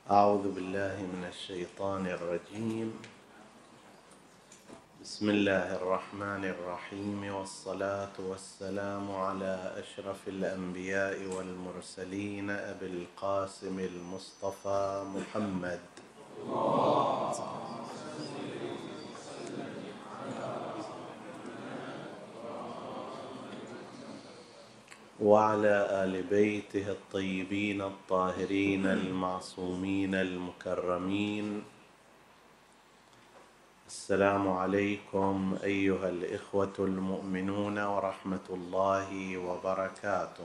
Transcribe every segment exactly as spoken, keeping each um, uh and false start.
أعوذ بالله من الشيطان الرجيم. بسم الله الرحمن الرحيم، والصلاة والسلام على أشرف الأنبياء والمرسلين أبي القاسم المصطفى محمد وعلى آل بيته الطيبين الطاهرين المعصومين المكرمين. السلام عليكم أيها الإخوة المؤمنون ورحمة الله وبركاته.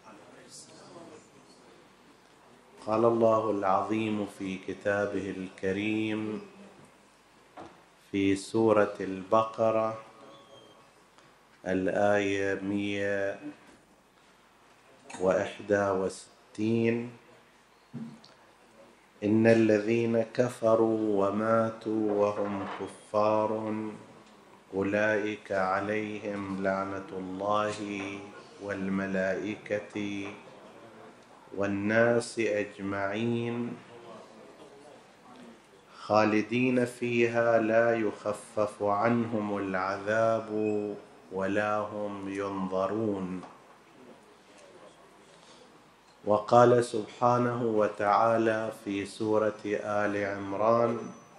قال الله العظيم في كتابه الكريم في سورة البقرة الآية مئة وإحدى وستين: إن الذين كفروا وماتوا وهم كفار أولئك عليهم لعنة الله والملائكة والناس أجمعين خالدين فيها لا يخفف عنهم العذاب ولا هم ينظرون. وقال سبحانه وتعالى في سورة آل عمران: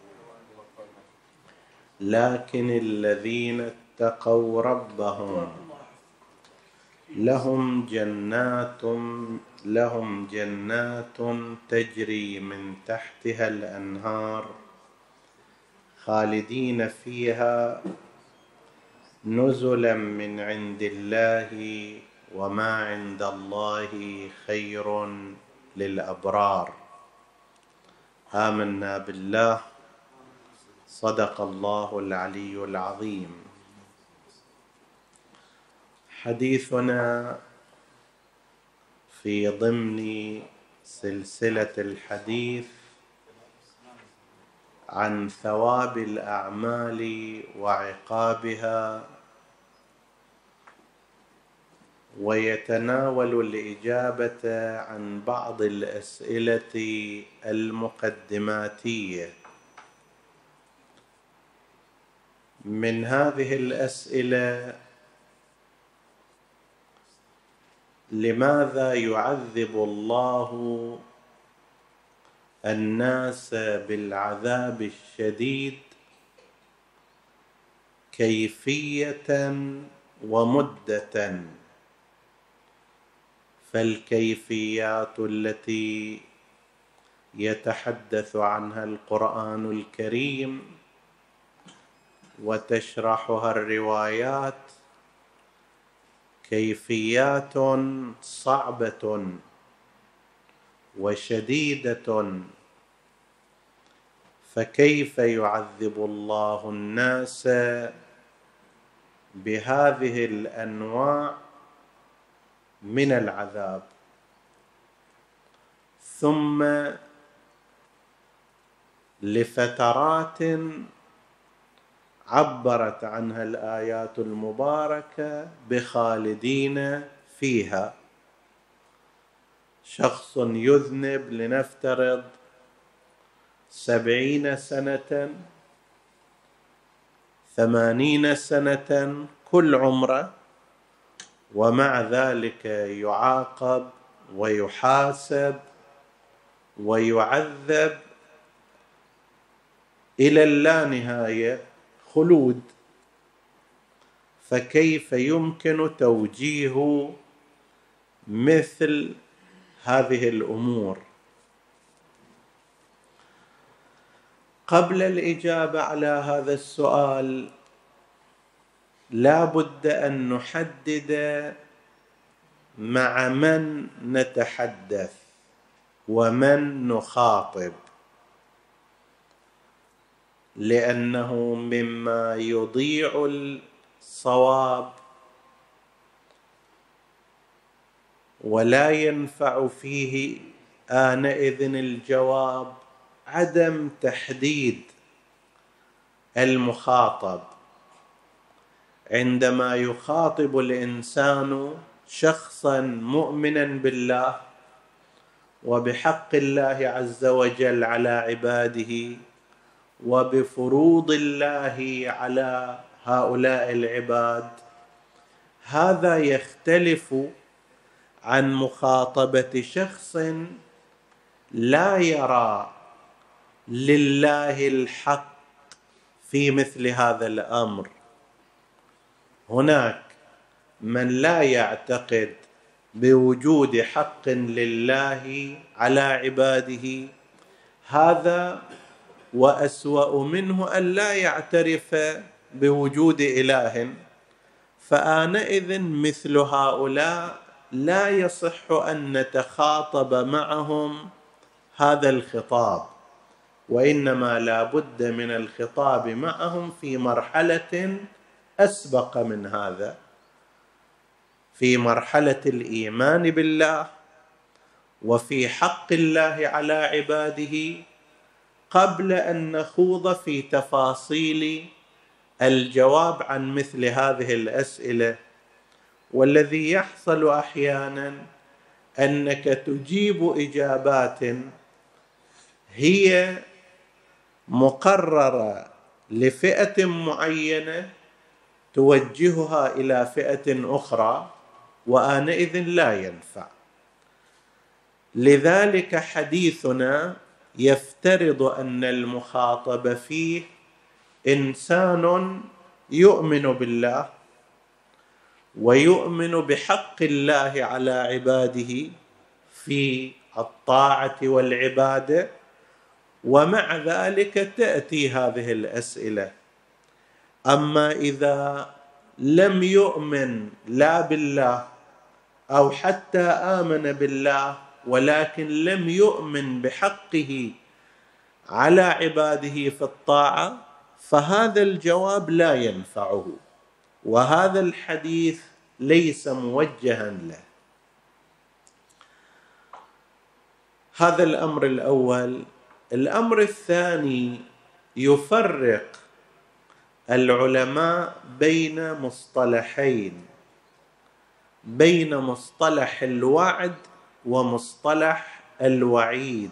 لكن الذين اتقوا ربهم لهم جنات لهم جنات تجري من تحتها الأنهار خالدين فيها نزلا من عند الله وما عند الله خير للأبرار. آمنا بالله، صدق الله العلي العظيم. حديثنا في ضمن سلسلة الحديث عن ثواب الأعمال وعقابها، ويتناول الإجابة عن بعض الأسئلة المقدماتية. من هذه الأسئلة: لماذا يعذب الله الناس بالعذاب الشديد؟ كيفية ومدة. فالكيفيات التي يتحدث عنها القرآن الكريم وتشرحها الروايات كيفيات صعبة وشديدة، فكيف يعذب الله الناس بهذه الأنواع من العذاب؟ ثم لفترات عبرت عنها الآيات المباركة بخالدين فيها. شخص يذنب لنفترض سبعين سنة ثمانين سنة كل عمره، ومع ذلك يعاقب ويحاسب ويعذب إلى اللانهاية خلود. فكيف يمكن توجيه مثل هذه الأمور؟ قبل الإجابة على هذا السؤال لا بد أن نحدد مع من نتحدث ومن نخاطب، لأنه مما يضيع الصواب ولا ينفع فيه آنئذ الجواب عدم تحديد المخاطب. عندما يخاطب الإنسان شخصا مؤمنا بالله وبحق الله عز وجل على عباده وبفروض الله على هؤلاء العباد، هذا يختلف عن مخاطبة شخص لا يرى لله الحق في مثل هذا الأمر. هناك من لا يعتقد بوجود حق لله على عباده، هذا وأسوأ منه أن لا يعترف بوجود إله، فآنئذ مثل هؤلاء لا يصح أن نتخاطب معهم هذا الخطاب، وإنما لا بد من الخطاب معهم في مرحلة أسبق من هذا، في مرحلة الإيمان بالله وفي حق الله على عباده، قبل أن نخوض في تفاصيل الجواب عن مثل هذه الأسئلة. والذي يحصل أحيانا أنك تجيب إجابات هي مقررة لفئة معينة توجهها إلى فئة أخرى، وآنئذ لا ينفع. لذلك حديثنا يفترض أن المخاطب فيه إنسان يؤمن بالله ويؤمن بحق الله على عباده في الطاعة والعبادة، ومع ذلك تأتي هذه الأسئلة. أما إذا لم يؤمن لا بالله أو حتى آمن بالله ولكن لم يؤمن بحقه على عباده في الطاعة، فهذا الجواب لا ينفعه، وهذا الحديث ليس موجها له. هذا الأمر الأول. الأمر الثاني، يفرق العلماء بين مصطلحين، بين مصطلح الوعد ومصطلح الوعيد.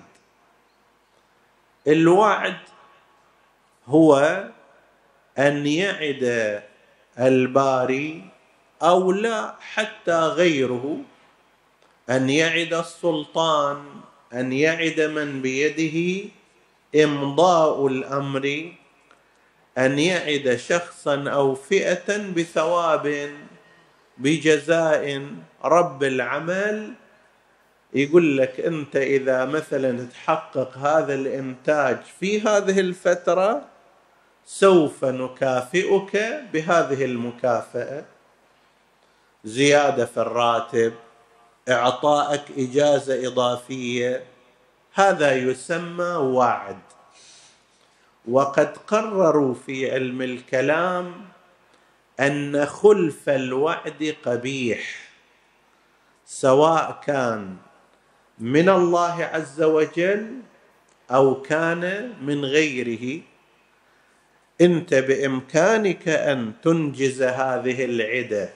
الوعد هو أن يعد الباري أو لا حتى غيره، أن يعد السلطان، أن يعد من بيده إمضاء الأمر، أن يعد شخصا أو فئة بثواب بجزاء رب العمل. يقول لك أنت إذا مثلا تحقق هذا الإنتاج في هذه الفترة سوف نكافئك بهذه المكافأة، زيادة في الراتب، إعطائك إجازة إضافية، هذا يسمى وعد. وقد قرروا في علم الكلام أن خلف الوعد قبيح، سواء كان من الله عز وجل أو كان من غيره. أنت بإمكانك أن تنجز هذه العدة،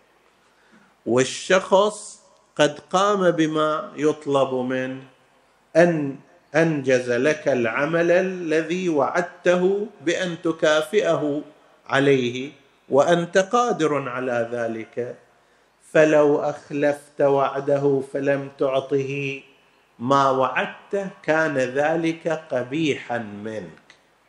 والشخص قد قام بما يطلب منه، أن أنجز لك العمل الذي وعدته بأن تكافئه عليه، وأنت قادر على ذلك. فلو أخلفت وعده فلم تعطه ما وعدته كان ذلك قبيحا منك.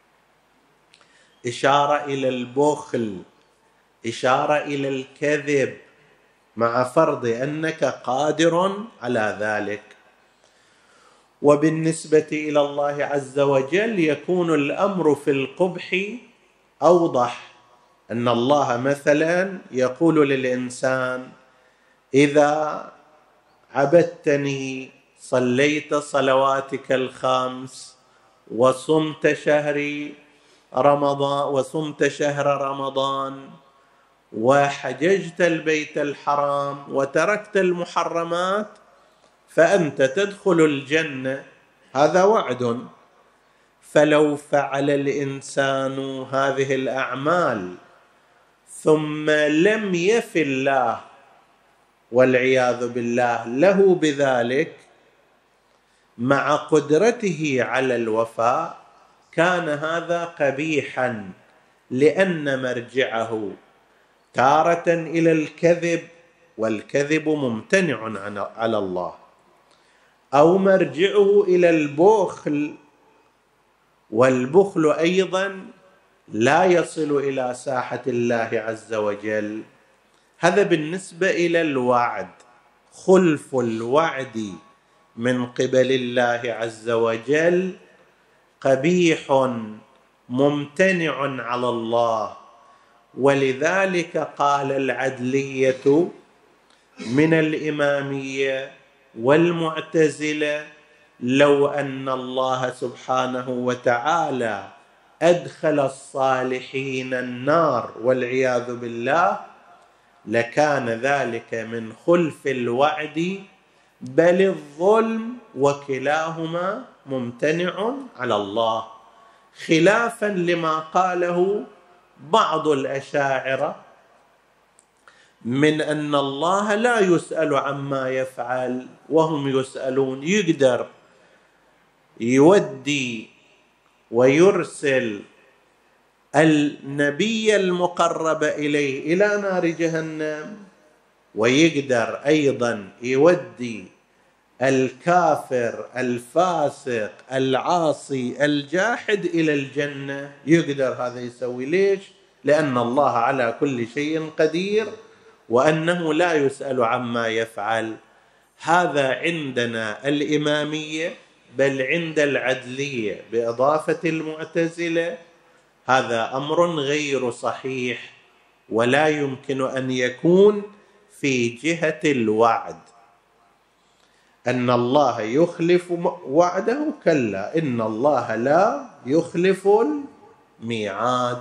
إشارة إلى البخل، إشارة إلى الكذب، مع فرض أنك قادر على ذلك. وبالنسبة إلى الله عز وجل يكون الأمر في القبح أوضح، أن الله مثلا يقول للإنسان: إذا عبدتني، صليت صلواتك الخمس، وصمت شهر رمضان وصمت شهر رمضان، وحججت البيت الحرام، وتركت المحرمات، فأنت تدخل الجنة. هذا وعد. فلو فعل الإنسان هذه الأعمال ثم لم يف الله والعياذ بالله له بذلك، مع قدرته على الوفاء كان هذا قبيحا، لأن مرجعه تارة إلى الكذب، والكذب ممتنع على الله، أو مرجعه إلى البخل، والبخل أيضا لا يصل إلى ساحة الله عز وجل. هذا بالنسبة إلى الوعد. خلف الوعد من قبل الله عز وجل قبيح ممتنع على الله، ولذلك قال العدلية من الإمامية والمعتزلة: لو أن الله سبحانه وتعالى أدخل الصالحين النار والعياذ بالله لكان ذلك من خلف الوعد بل الظلم، وكلاهما ممتنع على الله، خلافا لما قاله بعض الأشاعرة من أن الله لا يسأل عما يفعل وهم يسألون. يقدر يودي ويرسل النبي المقرب إليه إلى نار جهنم، ويقدر أيضا يودي الكافر الفاسق العاصي الجاحد إلى الجنة. يقدر هذا يسوي. ليش؟ لأن الله على كل شيء قدير، وأنه لا يسأل عما يفعل. هذا عندنا الإمامية، بل عند العدلية بإضافة المعتزلة هذا أمر غير صحيح، ولا يمكن أن يكون في جهة الوعد. أن الله يخلف وعده، كلا، إن الله لا يخلف الميعاد.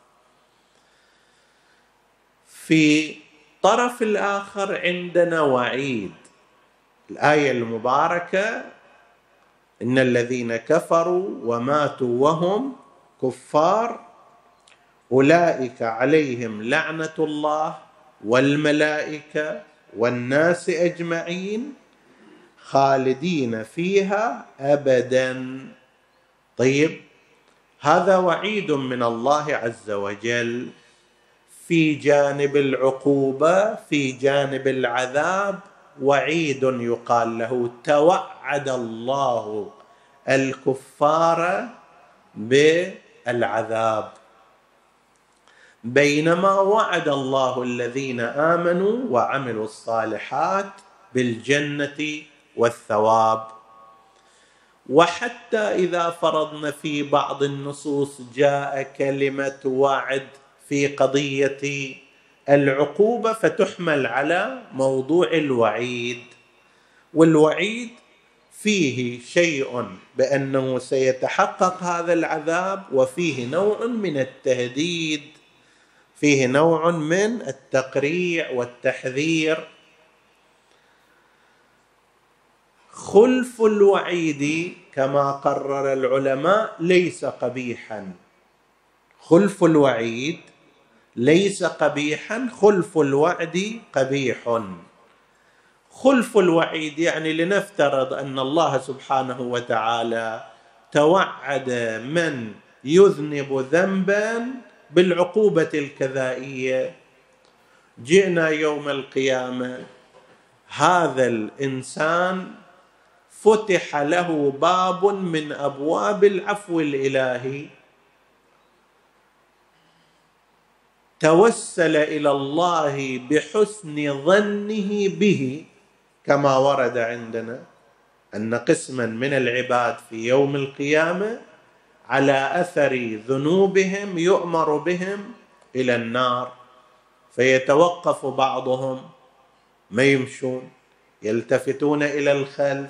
في الطرف الآخر عندنا وعيد. الآية المباركة: إن الذين كفروا وماتوا وهم كفار أولئك عليهم لعنة الله والملائكة والناس أجمعين خالدين فيها أبدا. طيب، هذا وعيد من الله عز وجل في جانب العقوبة. في جانب العذاب وعيد يقال له توعد الله الكفار بالعذاب، بينما وعد الله الذين آمنوا وعملوا الصالحات بالجنة والثواب. وحتى إذا فرضنا في بعض النصوص جاء كلمة وعد في قضية العقوبة فتحمل على موضوع الوعيد، والوعيد فيه شيء بأنه سيتحقق هذا العذاب، وفيه نوع من التهديد، فيه نوع من التقريع والتحذير. خلف الوعيد كما قرر العلماء ليس قبيحا. خلف الوعيد ليس قبيحا، خلف الوعد قبيح. خلف الوعيد يعني لنفترض أن الله سبحانه وتعالى توعد من يذنب ذنبا بالعقوبة الكذائية. جئنا يوم القيامة، هذا الإنسان فتح له باب من أبواب العفو الإلهي، توسل إلى الله بحسن ظنه به، كما ورد عندنا أن قسما من العباد في يوم القيامة على أثر ذنوبهم يؤمر بهم إلى النار، فيتوقف بعضهم ما يمشون، يلتفتون إلى الخلف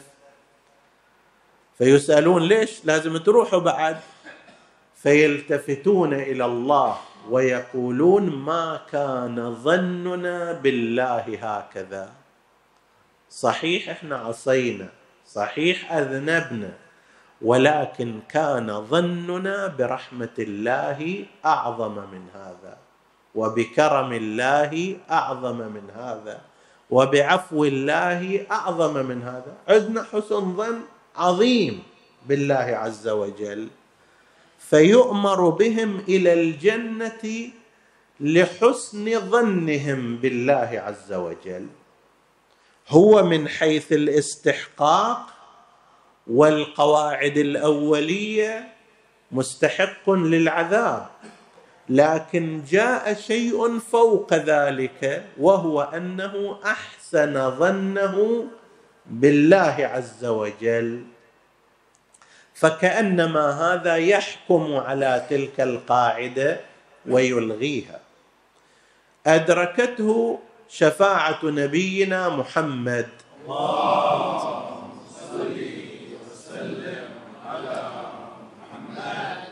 فيسألون: ليش لازم تروحوا بعد؟ فيلتفتون إلى الله ويقولون: ما كان ظننا بالله هكذا. صحيح احنا عصينا، صحيح أذنبنا، ولكن كان ظننا برحمة الله أعظم من هذا، وبكرم الله أعظم من هذا، وبعفو الله أعظم من هذا. عندنا حسن ظن عظيم بالله عز وجل، فيؤمر بهم إلى الجنة لحسن ظنهم بالله عز وجل. هو من حيث الاستحقاق والقواعد الأولية مستحق للعذاب، لكن جاء شيء فوق ذلك، وهو أنه أحسن ظنه بالله عز وجل، فكأنما هذا يحكم على تلك القاعدة ويلغيها. أدركته شفاعة نبينا محمد اللهم صل وسلم على محمد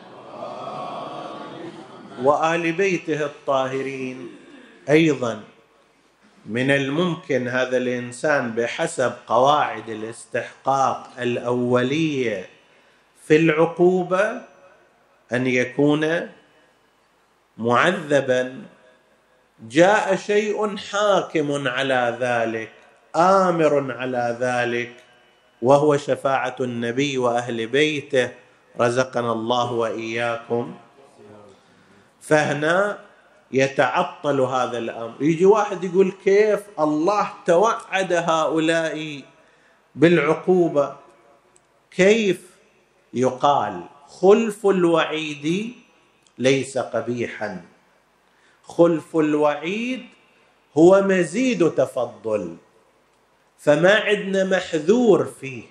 وآل بيته الطاهرين. أيضا من الممكن هذا الإنسان بحسب قواعد الاستحقاق الأولية في العقوبة أن يكون معذبا. جاء شيء حاكم على ذلك، آمر على ذلك، وهو شفاعة النبي وأهل بيته، رزقنا الله وإياكم. فهنا يتعطل هذا الأمر. يجي واحد يقول كيف الله توعد هؤلاء بالعقوبة؟ كيف يقال خلف الوعيد ليس قبيحا؟ خلف الوعيد هو مزيد تفضل، فما عندنا محذور فيه،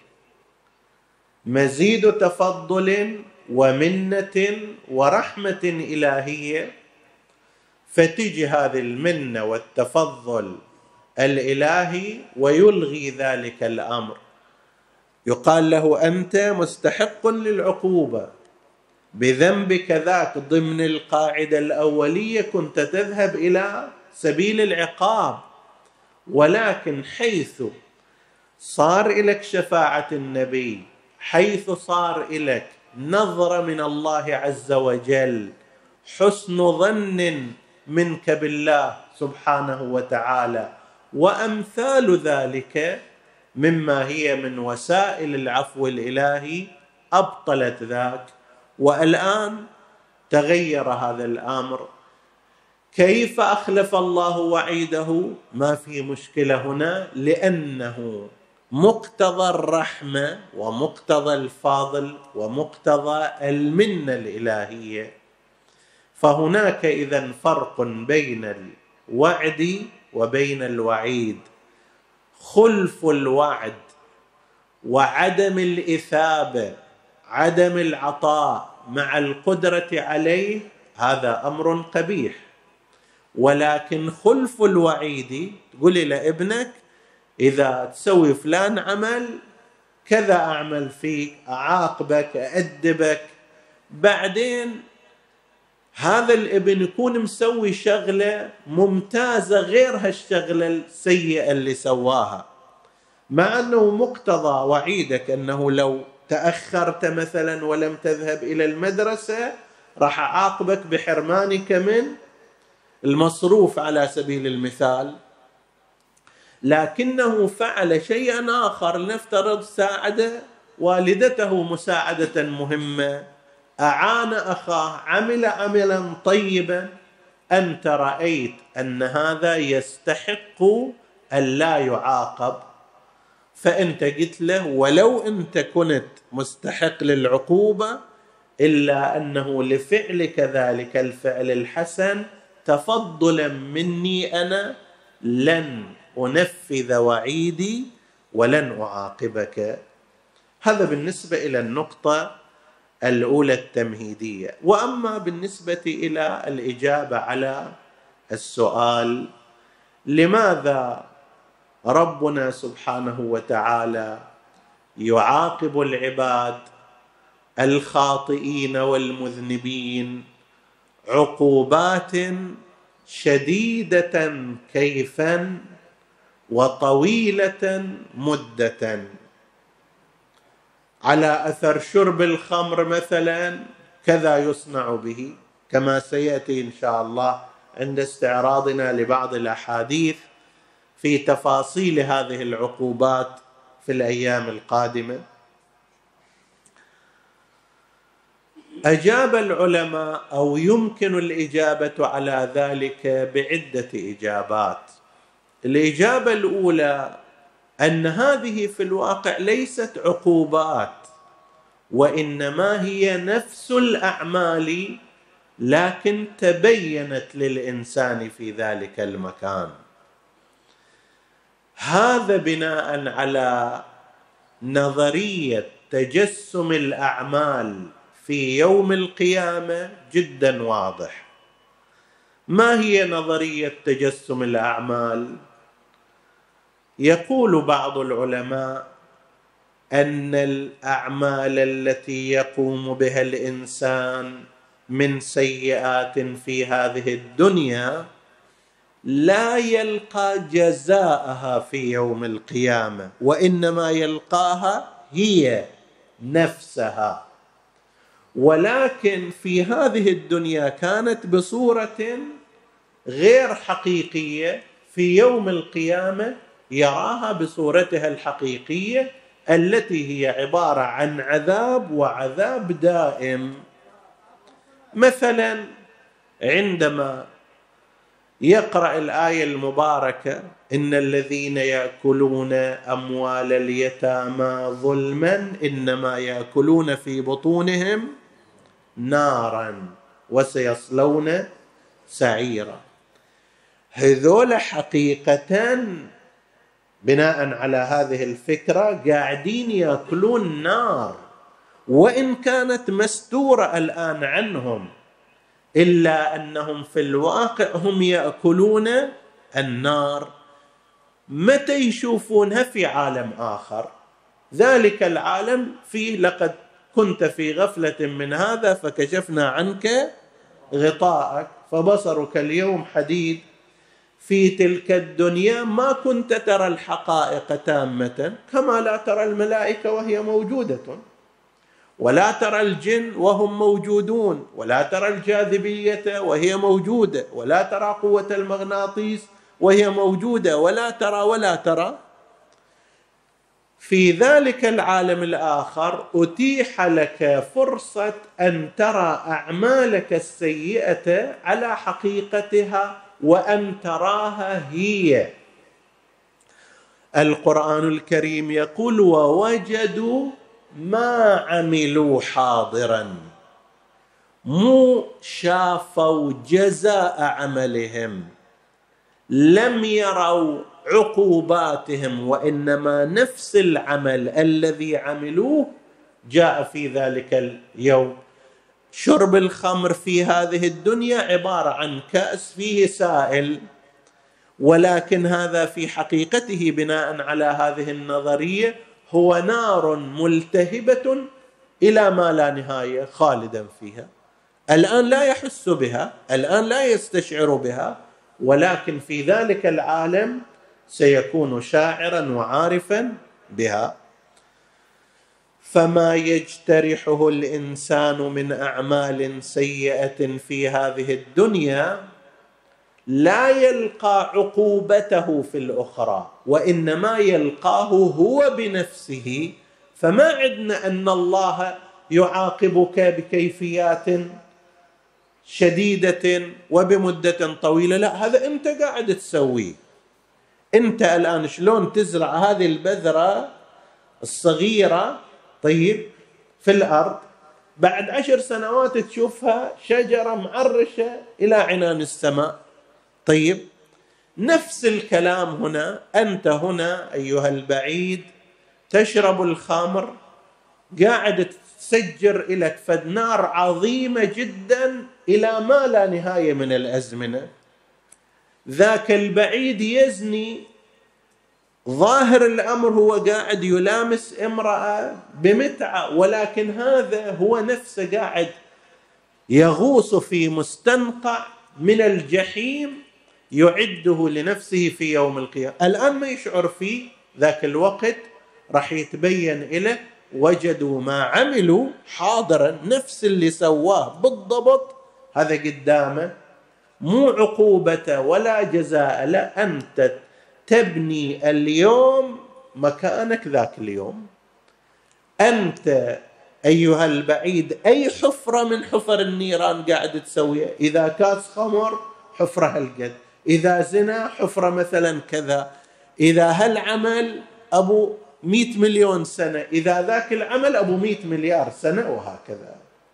مزيد تفضل ومنة ورحمة إلهية. فتجي هذه المنة والتفضل الإلهي ويلغي ذلك الأمر، يقال له أنت مستحق للعقوبة بذنبك ذاك ضمن القاعدة الأولية، كنت تذهب إلى سبيل العقاب، ولكن حيث صار إليك شفاعة النبي، حيث صار إليك نظرة من الله عز وجل، حسن ظن منك بالله سبحانه وتعالى، وأمثال ذلك مما هي من وسائل العفو الإلهي، أبطلت ذاك. والآن تغير هذا الأمر. كيف أخلف الله وعيده؟ ما في مشكلة هنا، لأنه مقتضى الرحمة ومقتضى الفاضل ومقتضى المنة الإلهية. فهناك إذن فرق بين الوعد وبين الوعيد. خلف الوعد وعدم الإثابة، عدم العطاء مع القدرة عليه، هذا أمر قبيح. ولكن خلف الوعيد تقولي لابنك إذا تسوي فلان عمل كذا أعمل فيك، أعاقبك، أأدبك، بعدين هذا الابن يكون مسوي شغلة ممتازة غير هالشغلة السيئة اللي سواها، مع أنه مقتضى وعيدك أنه لو تأخرت مثلا ولم تذهب إلى المدرسة راح أعاقبك بحرمانك من المصروف على سبيل المثال، لكنه فعل شيئا آخر. لنفترض ساعد والدته مساعدة مهمة، أعان أخاه، عمل عملا طيبا، أنت رأيت أن هذا يستحق أن لا يعاقب، فأنت قلت له ولو أنت كنت مستحق للعقوبة إلا أنه لفعلك ذلك الفعل الحسن تفضلا مني أنا لن أنفذ وعيدي ولن أعاقبك. هذا بالنسبة إلى النقطة الأولى التمهيدية. وأما بالنسبة إلى الإجابة على السؤال لماذا ربنا سبحانه وتعالى يعاقب العباد الخاطئين والمذنبين عقوبات شديدة كيفا وطويلة مدة؟ على أثر شرب الخمر مثلا كذا يصنع به، كما سيأتي إن شاء الله عند استعراضنا لبعض الأحاديث في تفاصيل هذه العقوبات في الأيام القادمة. أجاب العلماء أو يمكن الإجابة على ذلك بعدة إجابات. الإجابة الأولى أن هذه في الواقع ليست عقوبات، وإنما هي نفس الأعمال لكن تبينت للإنسان في ذلك المكان. هذا بناء على نظرية تجسم الأعمال في يوم القيامة جدا واضح. ما هي نظرية تجسم الأعمال؟ يقول بعض العلماء أن الأعمال التي يقوم بها الإنسان من سيئات في هذه الدنيا لا يلقى جزاءها في يوم القيامة، وإنما يلقاها هي نفسها، ولكن في هذه الدنيا كانت بصورة غير حقيقية، في يوم القيامة يراها بصورتها الحقيقية التي هي عبارة عن عذاب وعذاب دائم. مثلا عندما يقرأ الآية المباركة إن الذين يأكلون أموال اليتامى ظلما إنما يأكلون في بطونهم نارا وسيصلون سعيرا، هذول حقيقة بناء على هذه الفكرة قاعدين يأكلون نار، وإن كانت مستورة الآن عنهم إلا أنهم في الواقع هم يأكلون النار. متى يشوفونها؟ في عالم آخر، ذلك العالم فيه لقد كنت في غفلة من هذا فكشفنا عنك غطاءك فبصرك اليوم حديد. في تلك الدنيا ما كنت ترى الحقائق تامة، كما لا ترى الملائكة وهي موجودة، ولا ترى الجن وهم موجودون، ولا ترى الجاذبية وهي موجودة، ولا ترى قوة المغناطيس وهي موجودة، ولا ترى ولا ترى. في ذلك العالم الآخر أتيح لك فرصة أن ترى أعمالك السيئة على حقيقتها وأن تراها هي. القرآن الكريم يقول ووجدوا ما عملوا حاضرا، مو شافوا جزاء عملهم، لم يروا عقوباتهم، وإنما نفس العمل الذي عملوه جاء في ذلك اليوم. شرب الخمر في هذه الدنيا عبارة عن كأس فيه سائل، ولكن هذا في حقيقته بناء على هذه النظرية هو نار ملتهبة إلى ما لا نهاية خالدا فيها. الآن لا يحس بها، الآن لا يستشعر بها، ولكن في ذلك العالم سيكون شاعرا وعارفا بها. فما يجترحه الإنسان من أعمال سيئة في هذه الدنيا لا يلقى عقوبته في الأخرى، وإنما يلقاه هو بنفسه. فما عدنا أن الله يعاقبك بكيفيات شديدة وبمدة طويلة، لا، هذا أنت قاعد تسويه. أنت الآن شلون تزرع هذه البذرة الصغيرة طيب في الأرض، بعد عشر سنوات تشوفها شجرة معرشة إلى عنان السماء. طيب نفس الكلام هنا، أنت هنا أيها البعيد تشرب الخمر، قاعد تسجر إليك فد نار عظيمة جدا إلى ما لا نهاية من الأزمنة. ذاك البعيد يزني، ظاهر الأمر هو قاعد يلامس امرأة بمتعة، ولكن هذا هو نفسه قاعد يغوص في مستنقع من الجحيم يعده لنفسه في يوم القيامة. الآن ما يشعر فيه، ذاك الوقت راح يتبين إليه وجدوا ما عملوا حاضرا، نفس اللي سواه بالضبط هذا قدامه، مو عقوبة ولا جزاء، لا، أنت تبني اليوم مكانك ذاك اليوم. أنت أيها البعيد أي حفرة من حفر النيران قاعد تسويها؟ إذا كاس خمر حفرة هالقد، إذا زنا حفرة مثلا كذا، إذا هالعمل أبو مئة مليون سنة، إذا ذاك العمل أبو مئة مليار سنة، وهكذا.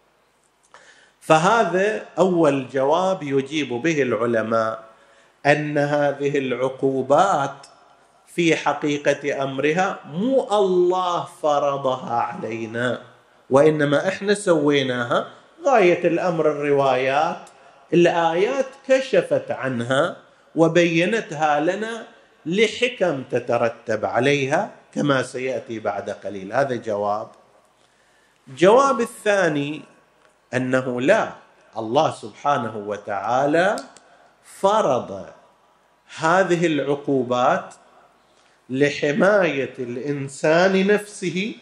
فهذا أول جواب يجيب به العلماء، أن هذه العقوبات في حقيقة أمرها مو الله فرضها علينا، وإنما إحنا سويناها. غاية الأمر الروايات، الآيات كشفت عنها وبينتها لنا لحكم تترتب عليها كما سيأتي بعد قليل. هذا جواب. جواب الثاني أنه لا، الله سبحانه وتعالى فرض هذه العقوبات لحماية الإنسان نفسه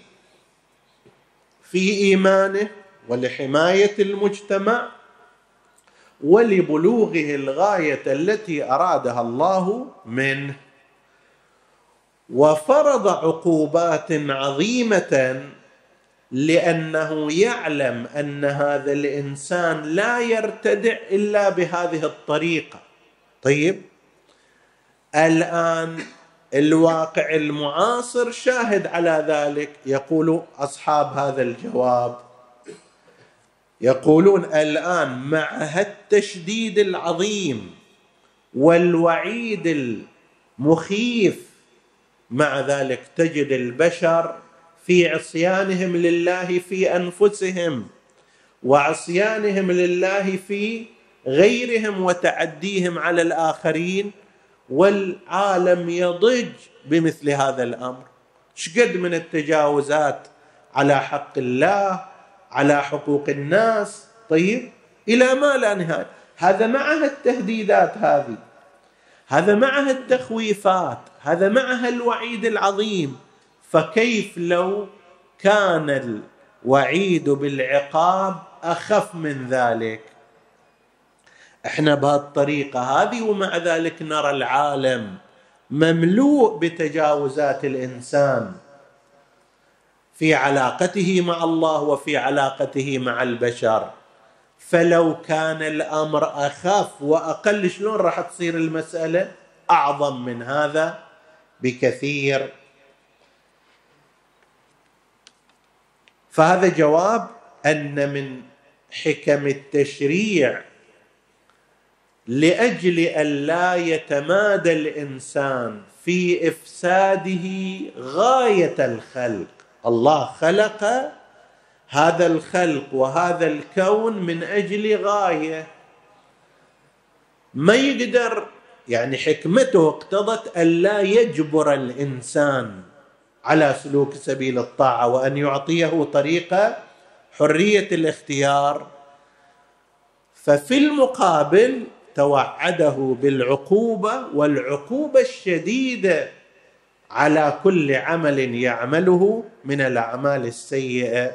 في إيمانه، ولحماية المجتمع، ولبلوغه الغاية التي أرادها الله منه. وفرض عقوبات عظيمة لأنه يعلم أن هذا الإنسان لا يرتدع إلا بهذه الطريقة. طيب، الآن الواقع المعاصر شاهد على ذلك. يقول أصحاب هذا الجواب، يقولون الآن مع التشديد العظيم والوعيد المخيف، مع ذلك تجد البشر في عصيانهم لله في أنفسهم، وعصيانهم لله في غيرهم، وتعديهم على الآخرين، والعالم يضج بمثل هذا الأمر. شقد من التجاوزات على حق الله، على حقوق الناس، طيب، إلى ما لا نهاية. هذا معها التهديدات هذه، هذا معها التخويفات، هذا معها الوعيد العظيم. فكيف لو كان الوعيد بالعقاب أخف من ذلك؟ احنا بهالطريقة هذه ومع ذلك نرى العالم مملوء بتجاوزات الإنسان في علاقته مع الله وفي علاقته مع البشر. فلو كان الأمر أخف وأقل، شلون راح تصير المسألة؟ أعظم من هذا بكثير. فهذا جواب أن من حكم التشريع لأجل أن لا يتمادى الإنسان في إفساده غاية الخلق. الله خلق هذا الخلق وهذا الكون من أجل غاية، ما يقدر، يعني حكمته اقتضت أن لا يجبر الإنسان على سلوك سبيل الطاعة، وأن يعطيه طريقة حرية الاختيار. ففي المقابل توعده بالعقوبة، والعقوبة الشديدة على كل عمل يعمله من الأعمال السيئة.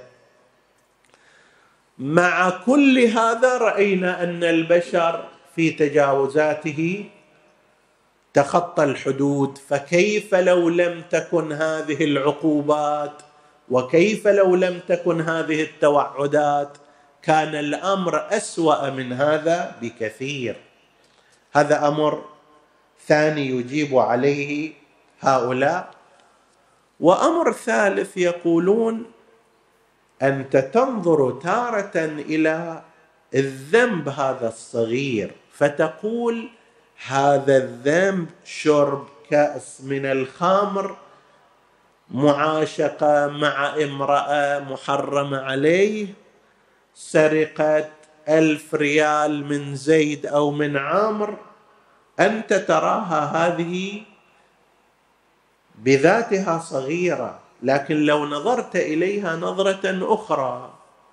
مع كل هذا رأينا أن البشر في تجاوزاته تخطى الحدود. فكيف لو لم تكن هذه العقوبات، وكيف لو لم تكن هذه التوعدات؟ كان الأمر أسوأ من هذا بكثير. هذا أمر ثاني يجيب عليه هؤلاء. وأمر ثالث، يقولون أنت تنظر تارة إلى الذنب هذا الصغير فتقول هذا الذنب شرب كأس من الخمر، معاشقة مع امرأة محرمة عليه، سرقة ألف ريال من زيد أو من عمرو، أنت تراها هذه بذاتها صغيرة، لكن لو نظرت إليها نظرة أخرى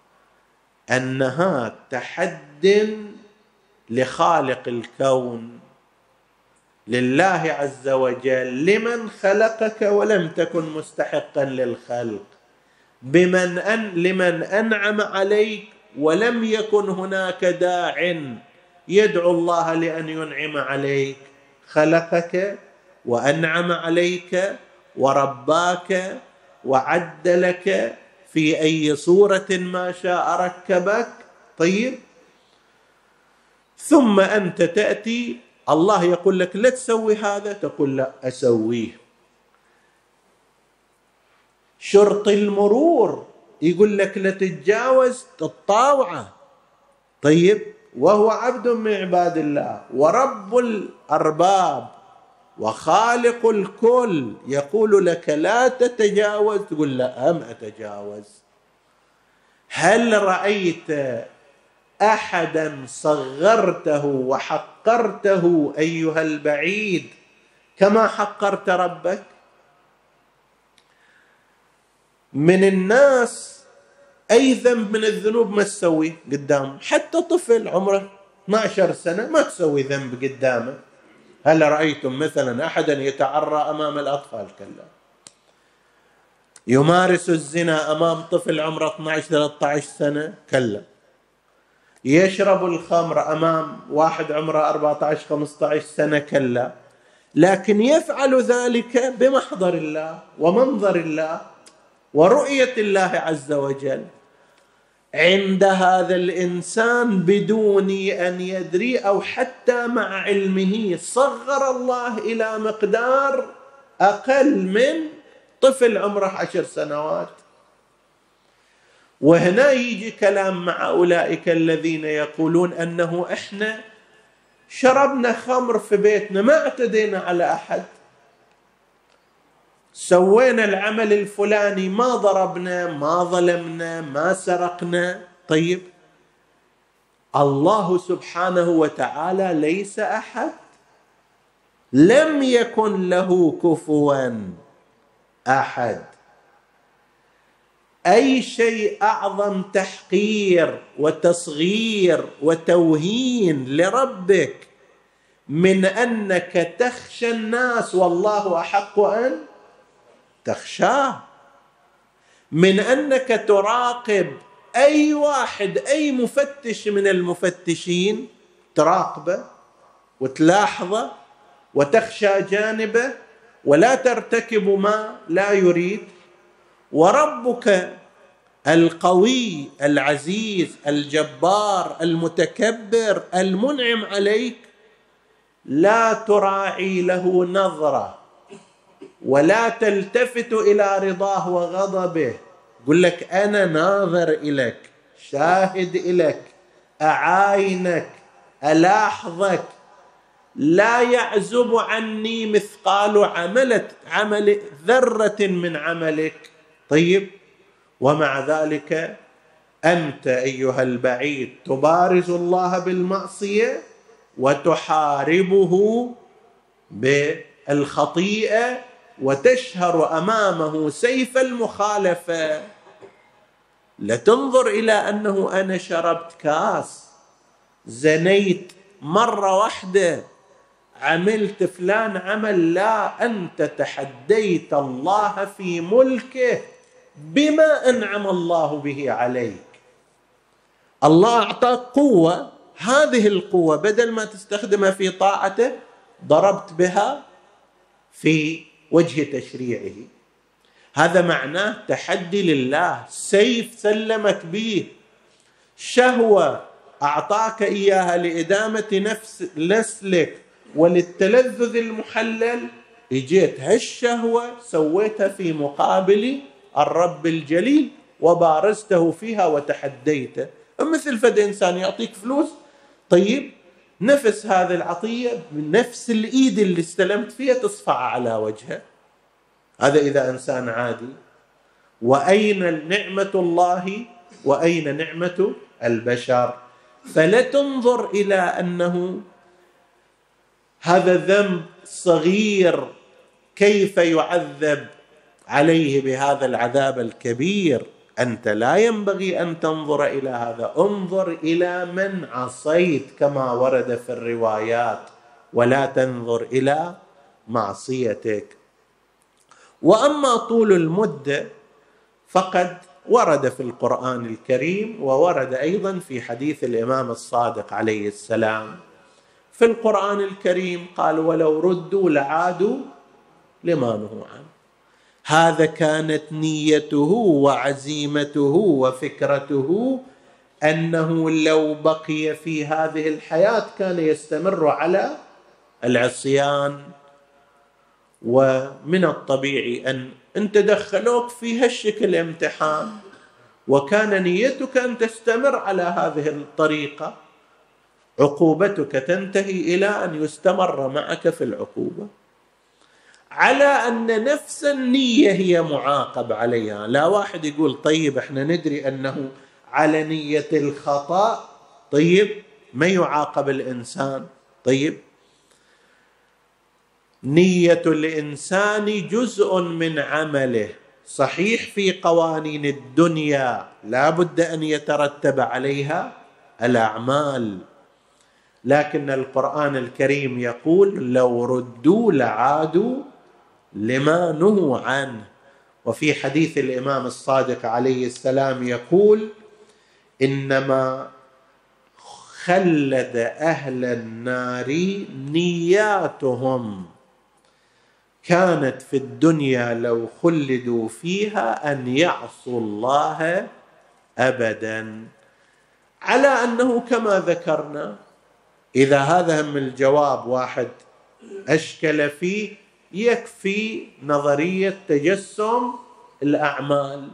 أنها تحد لخالق الكون، لله عز وجل، لمن خلقك ولم تكن مستحقا للخلق، بمن أن لمن أنعم عليك ولم يكن هناك داع يدعو الله لأن ينعم عليك. خلقك وأنعم عليك ورباك وعدلك في أي صورة ما شاء ركبك. طيب، ثم أنت تأتي الله يقول لك لا تسوي هذا، تقول لا أسويه. شرط المرور يقول لك لا تتجاوز، تطاوعه. طيب، وهو عبد من عباد الله ورب الأرباب وخالق الكل يقول لك لا تتجاوز، تقول لا أم أتجاوز. هل رأيت أحدا صغرته وحقرته أيها البعيد كما حقرت ربك؟ من الناس أي ذنب من الذنوب ما تسويه قدامه، حتى طفل عمره اثني عشر سنة ما تسوي ذنب قدامه. هل رأيتم مثلا أحدا يتعرى أمام الأطفال؟ كلا. يمارس الزنا أمام طفل عمره اثني عشر ثلاثة عشر سنة؟ كلا. يشرب الخمر أمام واحد عمره أربعة عشر خمسة عشر سنة؟ كلا. لكن يفعل ذلك بمحضر الله ومنظر الله ورؤية الله عز وجل. عند هذا الإنسان بدون أن يدري أو حتى مع علمه صغر الله إلى مقدار أقل من طفل عمره عشر سنوات. وهنا يجي كلام مع أولئك الذين يقولون أنه إحنا شربنا خمر في بيتنا، ما اعتدينا على أحد، سوينا العمل الفلاني، ما ضربنا، ما ظلمنا، ما سرقنا. طيب، الله سبحانه وتعالى ليس أحد، لم يكن له كفوا أحد. أي شيء أعظم تحقير وتصغير وتوهين لربك من أنك تخشى الناس والله أحق أن تخشاه، من أنك تراقب أي واحد، أي مفتش من المفتشين، تراقبه وتلاحظه وتخشى جانبه ولا ترتكب ما لا يريد. وربك القوي العزيز الجبار المتكبر المنعم عليك لا تراعي له نظرة ولا تلتفت إلى رضاه وغضبه. يقول لك أنا ناظر إليك، شاهد إليك، أعاينك، ألاحظك، لا يعزب عني مثقال عملت عمل ذرة من عملك. طيب، ومع ذلك أنت أيها البعيد تبارز الله بالمعصية وتحاربه بالخطيئة وتشهر أمامه سيف المخالفة. لتنظر إلى أنه أنا شربت كاس، زنيت مرة واحدة، عملت فلان عمل، لا، أنت تحديت الله في ملكه بما أنعم الله به عليك. الله أعطاك قوة، هذه القوة بدل ما تستخدمها في طاعته ضربت بها في وجه تشريعه. هذا معناه تحدي لله. سيف سلمك به، شهوة أعطاك إياها لإدامة نفس نسلك وللتلذذ المحلل، اجيت هالشهوة سويتها في مقابل الرب الجليل وبارزته فيها وتحديته. مثل فد إنسان يعطيك فلوس، طيب نفس هذه العطية من نفس الإيد اللي استلمت فيها تصفع على وجهه. هذا إذا إنسان عادي. وأين نعمة الله وأين نعمة البشر؟ فلا تنظر إلى أنه هذا ذنب صغير كيف يعذب عليه بهذا العذاب الكبير. أنت لا ينبغي أن تنظر إلى هذا، انظر إلى من عصيت كما ورد في الروايات، ولا تنظر إلى معصيتك. وأما طول المدة فقد ورد في القرآن الكريم وورد أيضا في حديث الإمام الصادق عليه السلام. في القرآن الكريم قال ولو ردوا لعادوا لما نهوا عنه. هذا كانت نيته وعزيمته وفكرته، أنه لو بقي في هذه الحياة كان يستمر على العصيان. ومن الطبيعي أن أنت دخلوك في هالشكل امتحان، وكان نيتك أن تستمر على هذه الطريقة، عقوبتك تنتهي إلى أن يستمر معك في العقوبة، على أن نفس النية هي معاقب عليها. لا واحد يقول طيب احنا ندري أنه على نية الخطأ، طيب ما يعاقب الإنسان. طيب نية الإنسان جزء من عمله، صحيح في قوانين الدنيا لا بد أن يترتب عليها الأعمال، لكن القرآن الكريم يقول لو ردوا لعادوا لما نهوا عنه. وفي حديث الإمام الصادق عليه السلام يقول إنما خلد أهل النار نياتهم، كانت في الدنيا لو خلدوا فيها أن يعصوا الله أبدا. على أنه كما ذكرنا إذا هذا هم الجواب واحد أشكل فيه، يكفي نظرية تجسم الأعمال،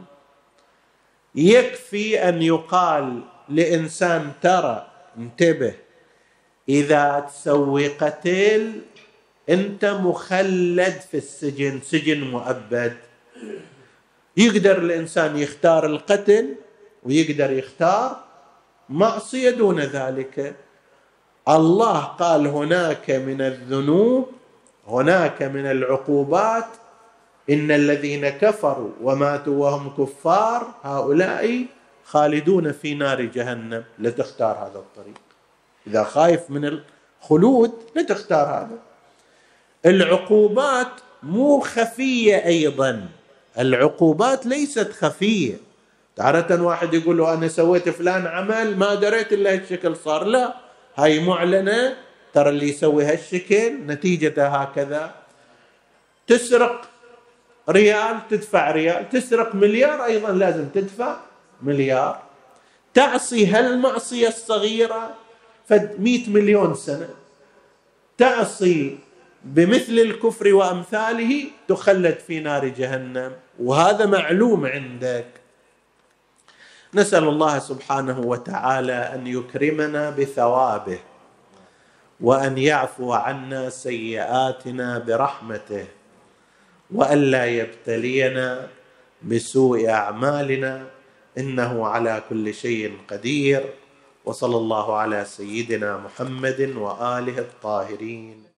يكفي أن يقال لإنسان ترى انتبه إذا تسوي قتل أنت مخلد في السجن، سجن مؤبد. يقدر الإنسان يختار القتل ويقدر يختار معصية دون ذلك. الله قال هناك من الذنوب، هناك من العقوبات، إن الذين كفروا وماتوا وهم كفار هؤلاء خالدون في نار جهنم. لا تختار هذا الطريق، إذا خايف من الخلود لا تختار هذا. العقوبات مو خفية أيضا، العقوبات ليست خفية. تارة واحد يقول له أنا سويت فلان عمل ما دريت إلا هالشكل صار، لا، هاي معلنة، ترى اللي يسوي هالشكل نتيجة هكذا. تسرق ريال تدفع ريال، تسرق مليار أيضا لازم تدفع مليار. تعصي هالمعصية الصغيرة فد مئة مليون سنة، تعصي بمثل الكفر وأمثاله تخلد في نار جهنم، وهذا معلوم عندك. نسأل الله سبحانه وتعالى أن يكرمنا بثوابه، وأن يعفو عنا سيئاتنا برحمته، وألا يبتلينا بسوء أعمالنا، إنه على كل شيء قدير. وصلى الله على سيدنا محمد وآله الطاهرين.